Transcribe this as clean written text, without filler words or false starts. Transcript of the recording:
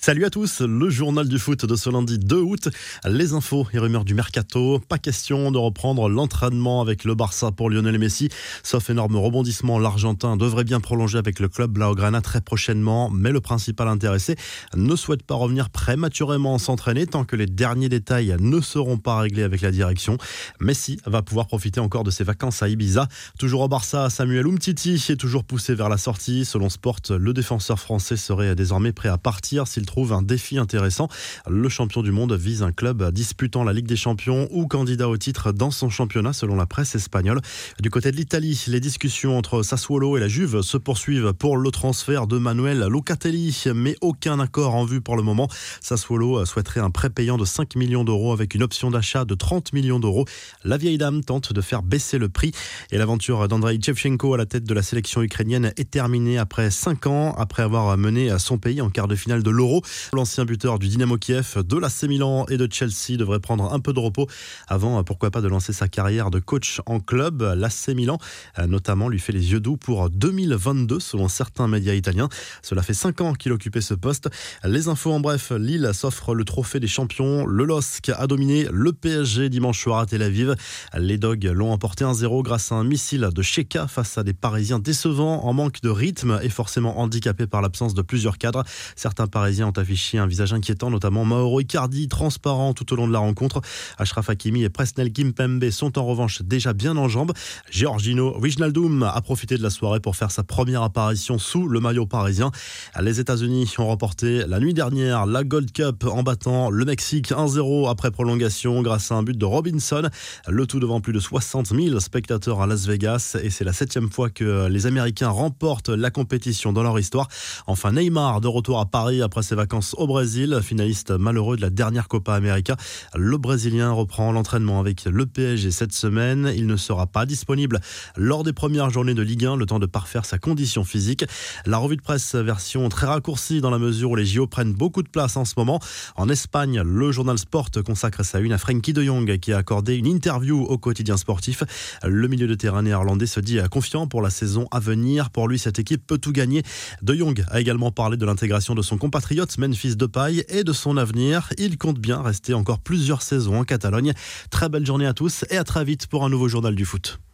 Salut à tous, le journal du foot de ce lundi 2 août. Les infos et rumeurs du mercato. Pas question de reprendre l'entraînement avec le Barça pour Lionel Messi. Sauf énorme rebondissement, l'Argentin devrait bien prolonger avec le club Blaugrana très prochainement. Mais le principal intéressé ne souhaite pas revenir prématurément s'entraîner tant que les derniers détails ne seront pas réglés avec la direction. Messi va pouvoir profiter encore de ses vacances à Ibiza. Toujours au Barça, Samuel Umtiti est toujours poussé vers la sortie. Selon Sport, le défenseur français serait désormais prêt à partir s'il trouve un défi intéressant. Le champion du monde vise un club disputant la Ligue des Champions ou candidat au titre dans son championnat selon la presse espagnole. Du côté de l'Italie, les discussions entre Sassuolo et la Juve se poursuivent pour le transfert de Manuel Locatelli, mais aucun accord en vue pour le moment. Sassuolo souhaiterait un prêt payant de 5 millions d'euros avec une option d'achat de 30 millions d'euros. La vieille dame tente de faire baisser le prix et l'aventure d'Andrei Shevchenko à la tête de la sélection ukrainienne est terminée après 5 ans, après avoir mené son pays en quart de finale de l'Euro. L'ancien buteur du Dynamo Kiev, de l'AC Milan et de Chelsea devrait prendre un peu de repos avant, pourquoi pas, de lancer sa carrière de coach en club. L'AC Milan, notamment, lui fait les yeux doux pour 2022, selon certains médias italiens. Cela fait 5 ans qu'il occupait ce poste. Les infos en bref, Lille s'offre le trophée des champions. Le LOSC a dominé le PSG dimanche soir à Tel Aviv. Les Dogs l'ont emporté 1-0 grâce à un missile de Cheka face à des Parisiens décevants, en manque de rythme et forcément handicapés par l'absence de plusieurs cadres. Certains Parisiens ont affiché un visage inquiétant, notamment Mauro Icardi, transparent tout au long de la rencontre. Achraf Hakimi et Presnel Kimpembe sont en revanche déjà bien en jambes. Georgino Wijnaldum a profité de la soirée pour faire sa première apparition sous le maillot parisien. Les États-Unis ont remporté la nuit dernière la Gold Cup en battant le Mexique 1-0 après prolongation grâce à un but de Robinson. Le tout devant plus de 60 000 spectateurs à Las Vegas, et c'est la 7e fois que les Américains remportent la compétition dans leur histoire. Enfin, Neymar de retour à Paris après ses vacances au Brésil, finaliste malheureux de la dernière Copa América. Le Brésilien reprend l'entraînement avec le PSG cette semaine. Il ne sera pas disponible lors des premières journées de Ligue 1, le temps de parfaire sa condition physique. La revue de presse version très raccourcie dans la mesure où les JO prennent beaucoup de place en ce moment. En Espagne, le journal Sport consacre sa une à Frenkie de Jong qui a accordé une interview au quotidien sportif. Le milieu de terrain néerlandais se dit confiant pour la saison à venir. Pour lui, cette équipe peut tout gagner. De Jong a également parlé de l'intégration de son compatriote Memphis Depay et de son avenir. Il compte bien rester encore plusieurs saisons en Catalogne. Très belle journée à tous et à très vite pour un nouveau journal du foot.